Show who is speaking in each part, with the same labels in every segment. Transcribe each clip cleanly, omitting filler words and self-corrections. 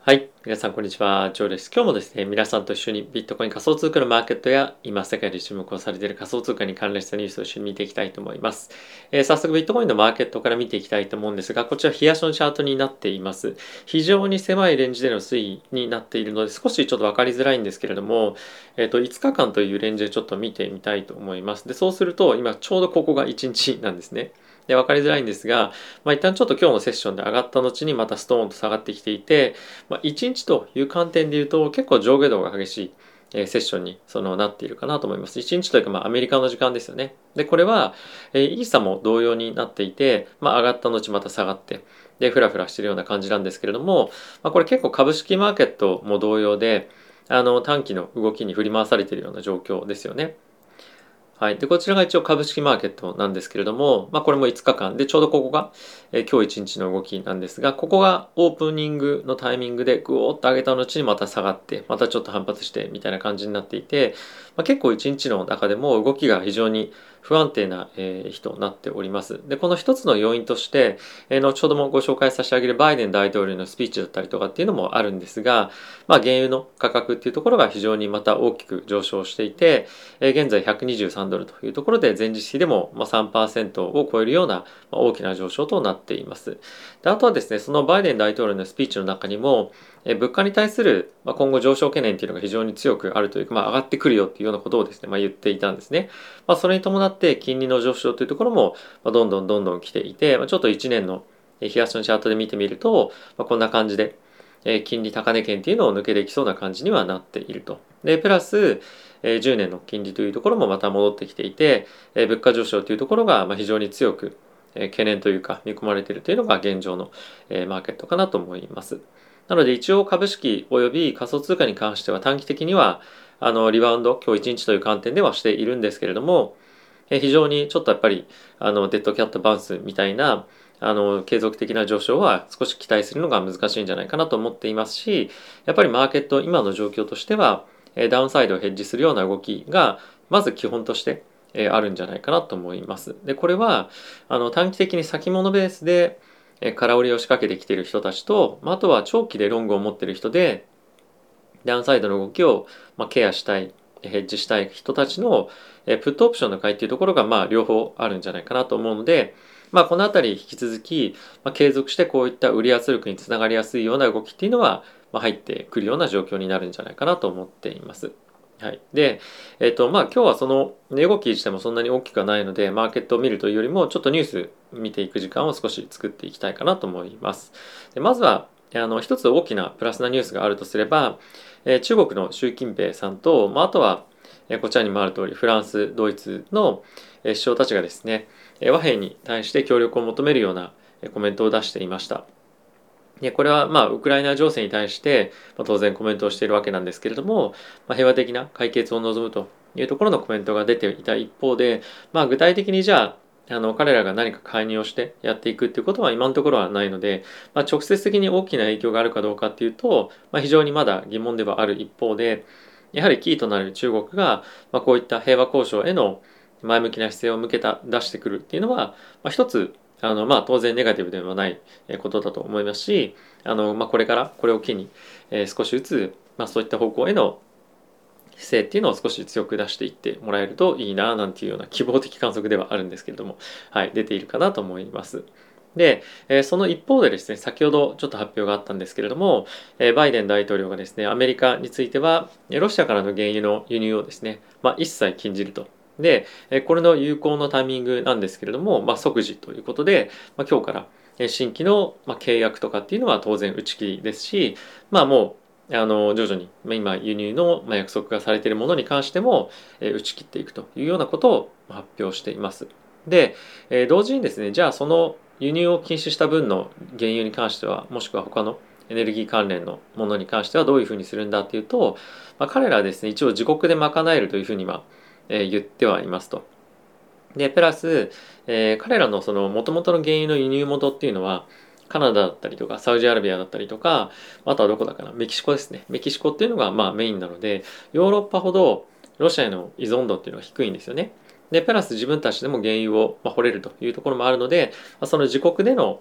Speaker 1: はい。皆さん、こんにちは。ジョーです。今日もですね、皆さんと一緒にビットコイン仮想通貨のマーケットや、今世界で注目をされている仮想通貨に関連したニュースを一緒に見ていきたいと思います。早速、ビットコインのマーケットから見ていきたいと思うんですが、こちら、日足のチャートになっています。非常に狭いレンジでの推移になっているので、少しちょっと分かりづらいんですけれども、5日間というレンジでちょっと見てみたいと思います。で、そうすると、今、ちょうどここが1日なんですね。で、分かりづらいんですが、一旦ちょっと今日のセッションで上がった後にまたストーンと下がってきていて、1日という観点で言うと結構上下動が激しいセッションになっているかなと思います。1日というかアメリカの時間ですよね。で、これはイーサも同様になっていて、上がった後また下がって、で、フラフラしているような感じなんですけれども、これ結構株式マーケットも同様で、短期の動きに振り回されているような状況ですよね。はい。で、こちらが一応株式マーケットなんですけれども、これも5日間で、ちょうどここが、今日1日の動きなんですが、ここがオープニングのタイミングでぐおーっと上げた後にまた下がって、またちょっと反発してみたいな感じになっていて、結構1日の中でも動きが非常に不安定な、日となっております。で、この一つの要因として、後ほどもご紹介させてあげるバイデン大統領のスピーチだったりとかっていうのもあるんですが、原油の価格っていうところが非常にまた大きく上昇していて、現在123ドルというところで前日比でも3%を超えるような大きな上昇となっています。で、あとはですね、そのバイデン大統領のスピーチの中にも、物価に対する今後上昇懸念というのが非常に強くあるというか、上がってくるよっていうようなことをですね、言っていたんですね。それに伴って金利の上昇というところもどんどんどんどん来ていて、ちょっと1年の日足のチャートで見てみると、こんな感じで金利高値圏っていうのを抜けていきそうな感じにはなっていると。で、プラス、10年の金利というところもまた戻ってきていて、物価上昇というところが非常に強く懸念というか見込まれているというのが現状のマーケットかなと思います。なので一応株式及び仮想通貨に関しては短期的にはリバウンド、今日1日という観点ではしているんですけれども、非常にちょっとやっぱりデッドキャットバウンスみたいな継続的な上昇は少し期待するのが難しいんじゃないかなと思っていますし、やっぱりマーケット今の状況としてはダウンサイドをヘッジするような動きがまず基本としてあるんじゃないかなと思います。で、これは短期的に先物ベースで空売りを仕掛けてきている人たちと、あとは長期でロングを持っている人でダウンサイドの動きをケアしたい、ヘッジしたい人たちのプットオプションの買いっていうところが両方あるんじゃないかなと思うので、このあたり引き続き継続してこういった売り圧力につながりやすいような動きっていうのは入ってくるような状況になるんじゃないかなと思っています。はい。で、今日はその値動き自体もそんなに大きくはないので、マーケットを見るというよりも、ちょっとニュース見ていく時間を少し作っていきたいかなと思います。で、まずは、一つ大きなプラスなニュースがあるとすれば、中国の習近平さんと、あとは、こちらにもある通り、フランス、ドイツの首相たちがですね、和平に対して協力を求めるようなコメントを出していました。これはウクライナ情勢に対して当然コメントをしているわけなんですけれども、平和的な解決を望むというところのコメントが出ていた一方で、具体的にじゃあ彼らが何か介入をしてやっていくっていうことは今のところはないので、直接的に大きな影響があるかどうかっていうと、非常にまだ疑問ではある一方で、やはりキーとなる中国が、こういった平和交渉への前向きな姿勢を出してくるっていうのは、一つ当然ネガティブではないことだと思いますし、これからこれを機に少しずつ、そういった方向への姿勢っていうのを少し強く出していってもらえるといいななんていうような希望的観測ではあるんですけれども、はい、出ているかなと思います。で、その一方でですね、先ほどちょっと発表があったんですけれども、バイデン大統領がですね、アメリカについては、ロシアからの原油の輸入をですね、一切禁じると。で、これの有効のタイミングなんですけれども、即時ということで、今日から新規の契約とかっていうのは当然打ち切りですし、もう徐々に今輸入の約束がされているものに関しても打ち切っていくというようなことを発表しています。で、同時にですね、じゃあその輸入を禁止した分の原油に関しては、もしくは他のエネルギー関連のものに関してはどういうふうにするんだっていうと、彼らはですね、一応自国で賄えるというふうに言ってはいますと。で、プラス、彼らのその元々の原油の輸入元っていうのは、カナダだったりとか、サウジアラビアだったりとか、あとはどこだかな、メキシコですね。メキシコっていうのがメインなので、ヨーロッパほどロシアへの依存度っていうのは低いんですよね。で、プラス自分たちでも原油を掘れるというところもあるので、その自国での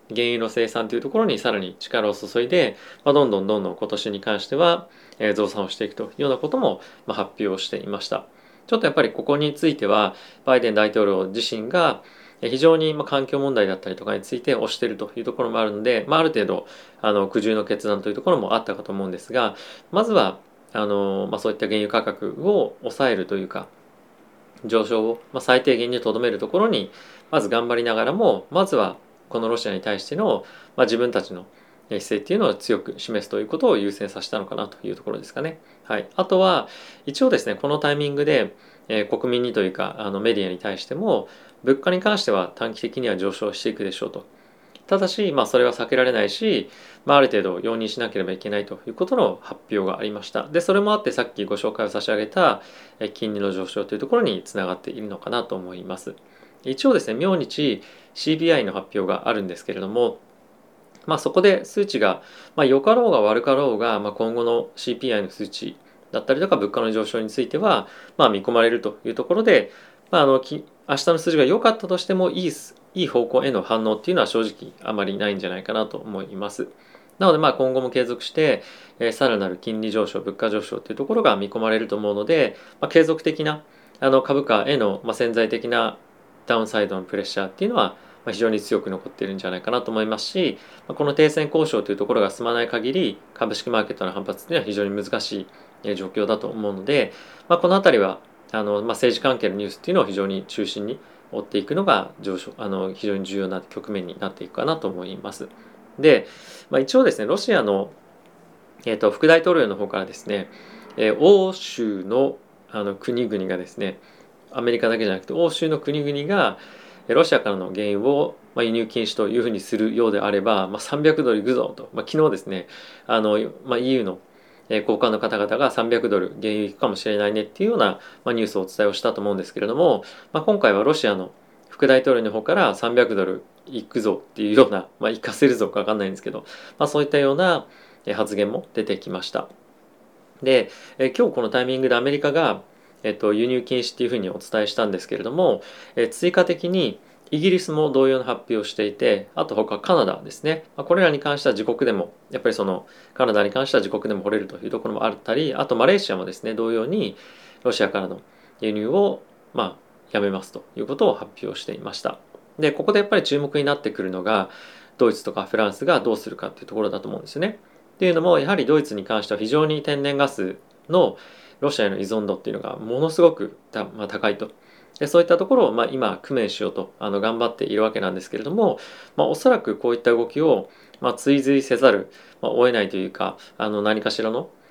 Speaker 1: 原油の生産というところにさらに力を注いで、どんどん今年に関しては増産をしていくというようなことも発表していました。ちょっとやっぱりここについてはバイデン大統領自身が非常に環境問題だったりとかについて推しているというところもあるので、ある程度苦渋の決断というところもあったかと思うんですが、まずはそういった原油価格を抑えるというか上昇を最低限にとどめるところにまず頑張りながらも、まずはこのロシアに対しての自分たちの姿勢っていうのを強く示すということを優先させたのかなというところですかね。はい、あとは一応ですね、このタイミングで国民にというかメディアに対しても物価に関しては短期的には上昇していくでしょうと。ただし、それは避けられないし、ある程度容認しなければいけないということの発表がありました。で、それもあってさっきご紹介を差し上げた金利の上昇というところにつながっているのかなと思います。一応ですね、明日 CBI の発表があるんですけれども、そこで数値が、良かろうが悪かろうが、今後の CPI の数値だったりとか物価の上昇については、見込まれるというところで、明日の数字が良かったとしてもいい方向への反応っていうのは正直あまりないんじゃないかなと思います。なので今後も継続して、さらなる金利上昇、物価上昇というところが見込まれると思うので、継続的な株価への、潜在的なダウンサイドのプレッシャーっていうのは非常に強く残っているんじゃないかなと思いますし、この停戦交渉というところが進まない限り株式マーケットの反発というのは非常に難しい状況だと思うので、この辺りは政治関係のニュースっていうのを非常に中心に追っていくのが非常に重要な局面になっていくかなと思います。で、一応ですね、ロシアの、副大統領の方からですね、欧州の国々がですね、アメリカだけじゃなくて欧州の国々がロシアからの原油を輸入禁止というふうにするようであれば、300ドルいくぞと、昨日ですね、EU の高官の方々が300ドル原油いくかもしれないねっていうようなニュースをお伝えをしたと思うんですけれども、今回はロシアの副大統領の方から300ドルいくぞっていうような、行かせるぞか分かんないんですけど、そういったような発言も出てきました。で、今日このタイミングでアメリカが輸入禁止っていうふうにお伝えしたんですけれども、追加的にイギリスも同様の発表をしていて、あと他カナダですね、これらに関しては自国でもやっぱりそのカナダに関しては自国でも掘れるというところもあったり、あとマレーシアもですね同様にロシアからの輸入をやめますということを発表していました。でここでやっぱり注目になってくるのがドイツとかフランスがどうするかっていうところだと思うんですよね。っていうのもやはりドイツに関しては非常に天然ガスのロシアへの依存度っていうのがものすごく高いと。でそういったところを今工面しようと頑張っているわけなんですけれども、おそらくこういった動きを追随せざるを得ないというか何かしらの、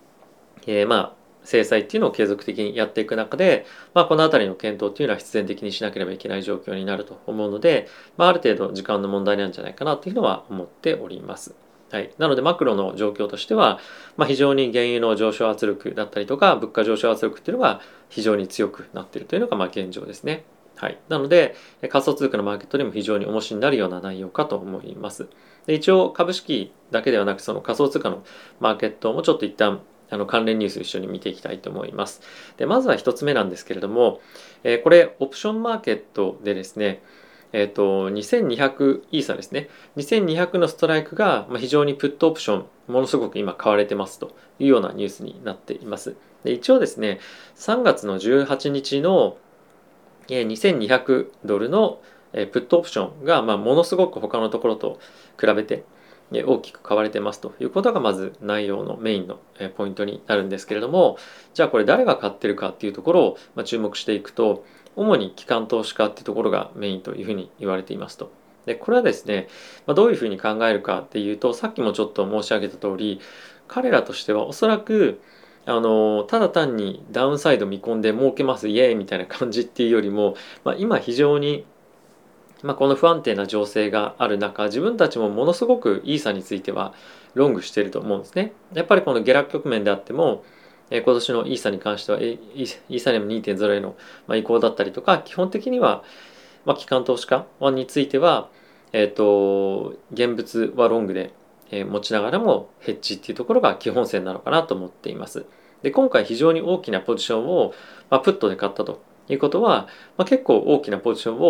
Speaker 1: 制裁っていうのを継続的にやっていく中で、この辺りの検討っていうのは必然的にしなければいけない状況になると思うので、ある程度時間の問題なんじゃないかなというのは思っております。はい、なのでマクロの状況としては、非常に原油の上昇圧力だったりとか物価上昇圧力っていうのが非常に強くなっているというのが現状ですね。はい、なので仮想通貨のマーケットでも非常に重しになるような内容かと思います。で一応株式だけではなくその仮想通貨のマーケットもちょっと一旦関連ニュース一緒に見ていきたいと思います。でまずは一つ目なんですけれども、これオプションマーケットでですね、2200イーサですね。2200のストライクが非常にプットオプションものすごく今買われてますというようなニュースになっています。で一応ですね、3月の18日の2200ドルのプットオプションがものすごく他のところと比べて大きく買われてますということがまず内容のメインのポイントになるんですけれども、じゃあこれ誰が買ってるかっていうところを注目していくと、主に機関投資家っていうところがメインというふうに言われていますと。でこれはですね、どういうふうに考えるかっていうと、さっきもちょっと申し上げた通り、彼らとしてはおそらくただ単にダウンサイド見込んで儲けますイエーイみたいな感じっていうよりも、今非常にこの不安定な情勢がある中、自分たちもものすごくイーサについてはロングしていると思うんですね。やっぱりこの下落局面であっても、今年のイーサに関してはイーサリアム2.0への移行だったりとか、基本的には機関投資家については、現物はロングで持ちながらもヘッジっていうところが基本線なのかなと思っています。で今回非常に大きなポジションをプットで買ったということは、結構大きなポジションを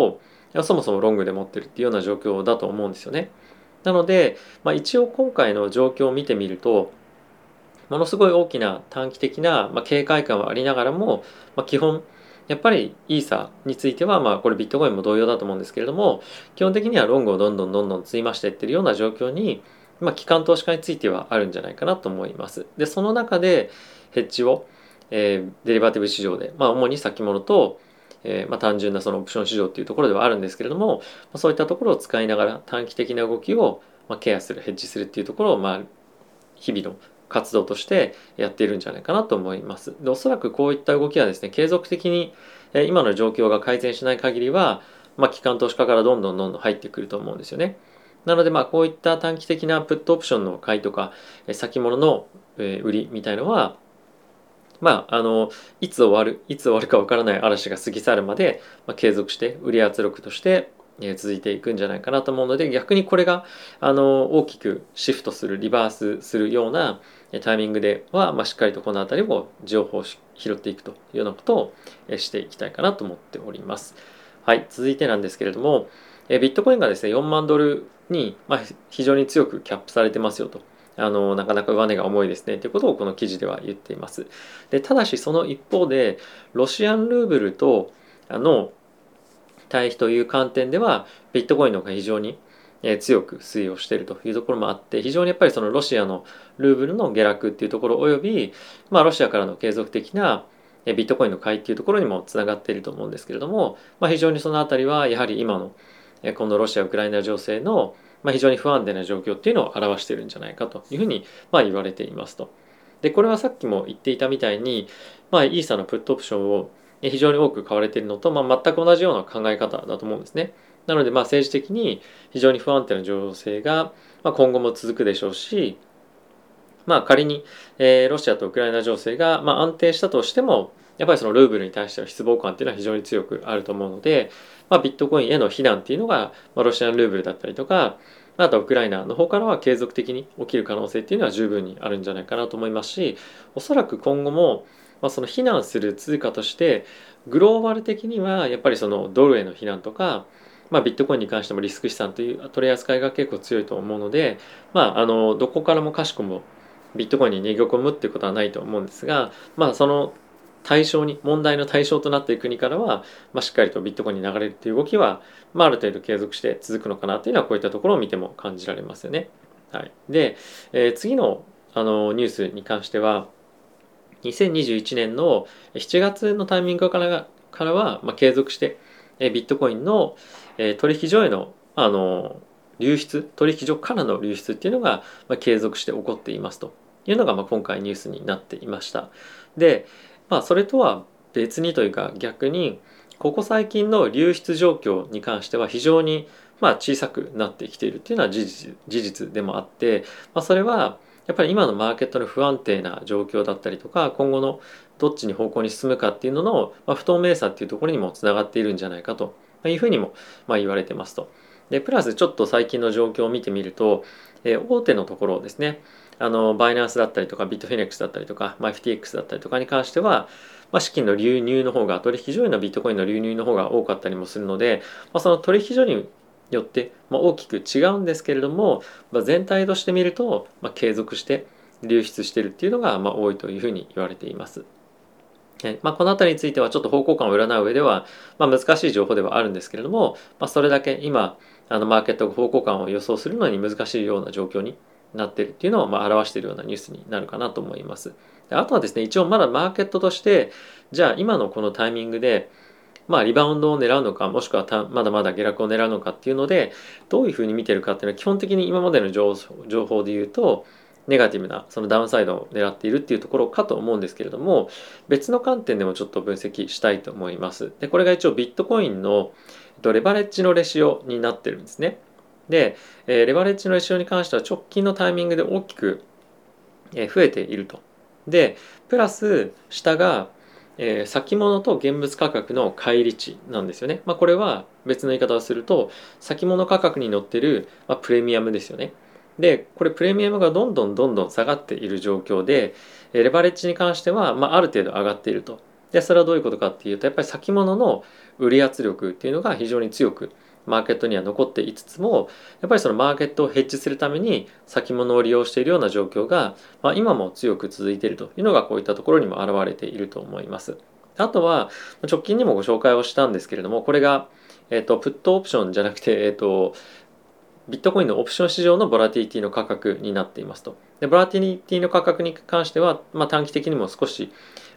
Speaker 1: そもそもロングで持ってるっていうような状況だと思うんですよね。なので、一応今回の状況を見てみると、ものすごい大きな短期的な、警戒感はありながらも、基本やっぱりイーサについては、これビットコインも同様だと思うんですけれども、基本的にはロングをどんどんどんどん積み増していってるような状況に、機関投資家についてはあるんじゃないかなと思います。でその中でヘッジを、デリバティブ市場で、主に先物と、単純なそのオプション市場っていうところではあるんですけれども、そういったところを使いながら短期的な動きを、ケアするヘッジするっていうところを、日々の活動としてやっているんじゃないかなと思います。でおそらくこういった動きはですね、継続的に今の状況が改善しない限りは、機関投資家からどんどんどんどん入ってくると思うんですよね。なのでこういった短期的なプットオプションの買いとか先物の売りみたいのは、いつ終わるかわからない嵐が過ぎ去るまで、継続して売り圧力として続いていくんじゃないかなと思うので、逆にこれが大きくシフトするリバースするようなタイミングでは、しっかりとこの辺りを情報を拾っていくというようなことをしていきたいかなと思っております。はい、続いてなんですけれども、ビットコインがですね4万ドルに、非常に強くキャップされてますよと。なかなか上値が重いですねということをこの記事では言っています。でただしその一方でロシアンルーブルと対比という観点ではビットコインの方が非常に強く推移をしているというところもあって、非常にやっぱりそのロシアのルーブルの下落っていうところおよび、ロシアからの継続的なビットコインの買いっていうところにもつながっていると思うんですけれども、非常にそのあたりはやはり今のこのロシア・ウクライナ情勢の非常に不安定な状況っていうのを表しているんじゃないかというふうに言われていますと。でこれはさっきも言っていたみたいに、イーサのプットオプションを非常に多く買われているのと、全く同じような考え方だと思うんですね。なので政治的に非常に不安定な情勢が今後も続くでしょうし、仮にロシアとウクライナ情勢が安定したとしても、やっぱりそのルーブルに対しての失望感っていうのは非常に強くあると思うので、ビットコインへの非難っていうのが、ロシアンルーブルだったりとか、あとはウクライナの方からは継続的に起きる可能性っていうのは十分にあるんじゃないかなと思いますし、おそらく今後も、その非難する通貨としてグローバル的にはやっぱりそのドルへの非難とか、ビットコインに関してもリスク資産という取り扱いが結構強いと思うので、どこからもかしこもビットコインに逃げ込むっていうことはないと思うんですが、その問題の対象となっている国からは、しっかりとビットコインに流れるっていう動きは、ある程度継続して続くのかなっていうのはこういったところを見ても感じられますよね。はい、で、次の、ニュースに関しては2021年の7月のタイミングからは、継続してビットコインの取引所への取引所からの流出っていうのが継続して起こっていますというのが今回ニュースになっていました。で、それとは別にというか逆にここ最近の流出状況に関しては非常に小さくなってきているっていうのは事実でもあって、それはやっぱり今のマーケットの不安定な状況だったりとか、今後のどっちに方向に進むかっていうのの不透明さっていうところにもつながっているんじゃないかというふうにも言われてますと。でプラスちょっと最近の状況を見てみると、大手のところですね、バイナンスだったりとかビットフィネックスだったりとか、FTX だったりとかに関しては、資金の流入の方が、取引所へのビットコインの流入の方が多かったりもするので、その取引所によって、大きく違うんですけれども、全体として見ると、継続して流出しているっていうのが、多いというふうに言われています。この辺りについてはちょっと方向感を占う上では、難しい情報ではあるんですけれども、それだけ今マーケットが方向感を予想するのに難しいような状況になっているっていうのを表しているようなニュースになるかなと思います。あとはですね、一応まだマーケットとしてじゃあ今のこのタイミングでリバウンドを狙うのか、もしくはまだまだ下落を狙うのかっていうのでどういうふうに見てるかっていうのは基本的に今までの情報で言うとネガティブなそのダウンサイドを狙っているっていうところかと思うんですけれども、別の観点でもちょっと分析したいと思います。でこれが一応ビットコインのレバレッジのレシオになってるんですね。でレバレッジのレシオに関しては直近のタイミングで大きく増えていると。でプラス下が先物と現物価格の乖離値なんですよね。これは別の言い方をすると先物価格に乗ってる、プレミアムですよね。でこれプレミアムがどんどん下がっている状況でレバレッジに関しては、ある程度上がっているとで、それはどういうことかっていうと、やっぱり先物の売り圧力っていうのが非常に強くマーケットには残っていつつも、やっぱりそのマーケットをヘッジするために先物を利用しているような状況が、今も強く続いているというのがこういったところにも表れていると思います。あとは直近にもご紹介をしたんですけれども、これが、プットオプションじゃなくて、ビットコインのオプション市場のボラティリティの価格になっていますと。で、ボラティリティの価格に関しては、短期的にも少し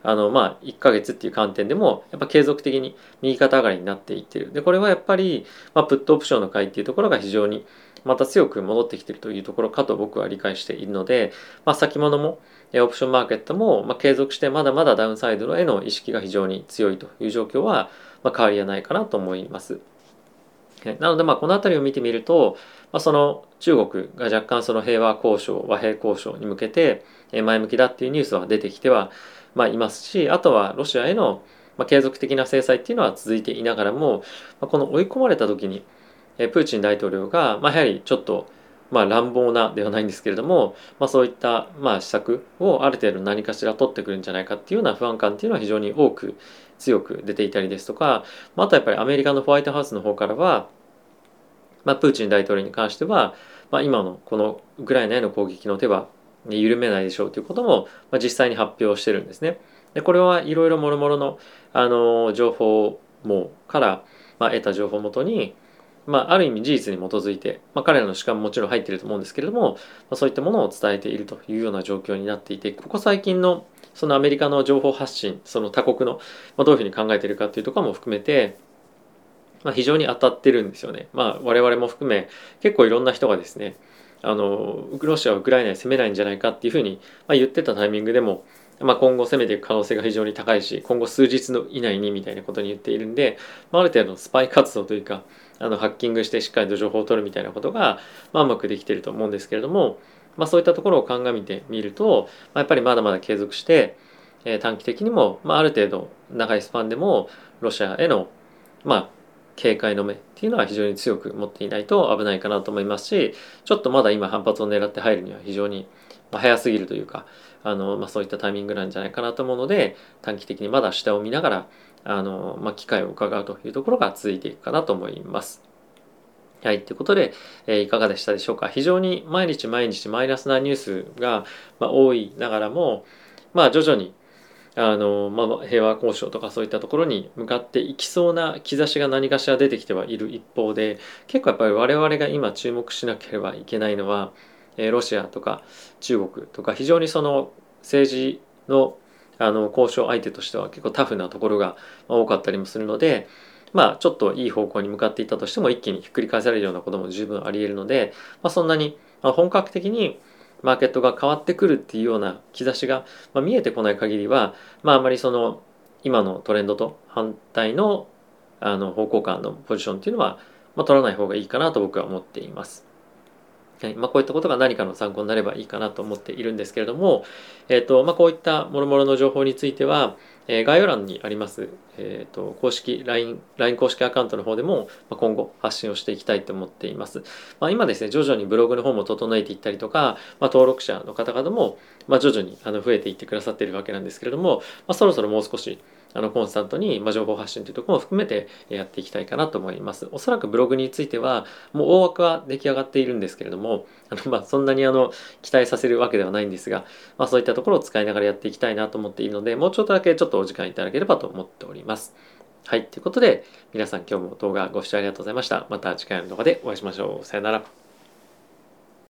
Speaker 1: 1ヶ月っていう観点でもやっぱ継続的に右肩上がりになっていってる。で、これはやっぱり、プットオプションの買いっていうところが非常にまた強く戻ってきているというところかと僕は理解しているので、先物もオプションマーケットも継続してまだまだダウンサイドへの意識が非常に強いという状況は変わりはないかなと思います。なのでこの辺りを見てみると、その中国が若干その平和交渉、和平交渉に向けて前向きだっていうニュースは出てきてはいますし、あとはロシアへの継続的な制裁っていうのは続いていながらも、この追い込まれた時にプーチン大統領がやはりちょっと乱暴なではないんですけれども、そういった施策をある程度何かしら取ってくるんじゃないかっていうような不安感っていうのは非常に多く強く出ていたりですとか、あとやっぱりアメリカのホワイトハウスの方からは、プーチン大統領に関しては、今のこのウクライナへの攻撃の手は緩めないでしょうということも、実際に発表してるんですね。で、これはいろいろもろもろの、情報網から、得た情報をもとに、ある意味事実に基づいて、彼らの主観ももちろん入っていると思うんですけれども、そういったものを伝えているというような状況になっていて、ここ最近のそのアメリカの情報発信、その他国の、どういうふうに考えているかというところも含めて、非常に当たってるんですよね。我々も含め結構いろんな人がですね、ロシアはウクライナに攻めないんじゃないかっていうふうに言ってたタイミングでも、今後攻めていく可能性が非常に高いし、今後数日の以内にみたいなことに言っているんで、ある程度のスパイ活動というか、ハッキングしてしっかりと情報を取るみたいなことが、うまくできていると思うんですけれども、そういったところを鑑みてみると、やっぱりまだまだ継続して、短期的にも、ある程度長いスパンでもロシアへの警戒の目っていうのは非常に強く持っていないと危ないかなと思いますし、ちょっとまだ今反発を狙って入るには非常に早すぎるというか、そういったタイミングなんじゃないかなと思うので、短期的にまだ下を見ながら機会を伺うというところが続いていくかなと思います。はい、ということで、いかがでしたでしょうか。非常に毎日毎日マイナスなニュースが、多いながらも、徐々に平和交渉とかそういったところに向かっていきそうな兆しが何かしら出てきてはいる一方で、結構やっぱり我々が今注目しなければいけないのは、ロシアとか中国とか非常にその政治の交渉相手としては結構タフなところが多かったりもするので、ちょっといい方向に向かっていったとしても一気にひっくり返されるようなことも十分あり得るので、そんなに本格的にマーケットが変わってくるっていうような兆しが見えてこない限りは、あまりその今のトレンドと反対の方向感のポジションっていうのは、取らない方がいいかなと僕は思っています。はい、こういったことが何かの参考になればいいかなと思っているんですけれども、こういった諸々の情報については、概要欄にあります、公式 LINE 公式アカウントの方でも、今後発信をしていきたいと思っています。今ですね、徐々にブログの方も整えていったりとか、登録者の方々も、徐々に増えていってくださっているわけなんですけれども、そろそろもう少しコンスタントに情報発信というところも含めてやっていきたいかなと思います。おそらくブログについてはもう大枠は出来上がっているんですけれども、そんなに期待させるわけではないんですが、そういったところを使いながらやっていきたいなと思っているので、もうちょっとだけちょっとお時間いただければと思っております。はい、ということで皆さん今日も動画ご視聴ありがとうございました。また次回の動画でお会いしましょう。さよなら。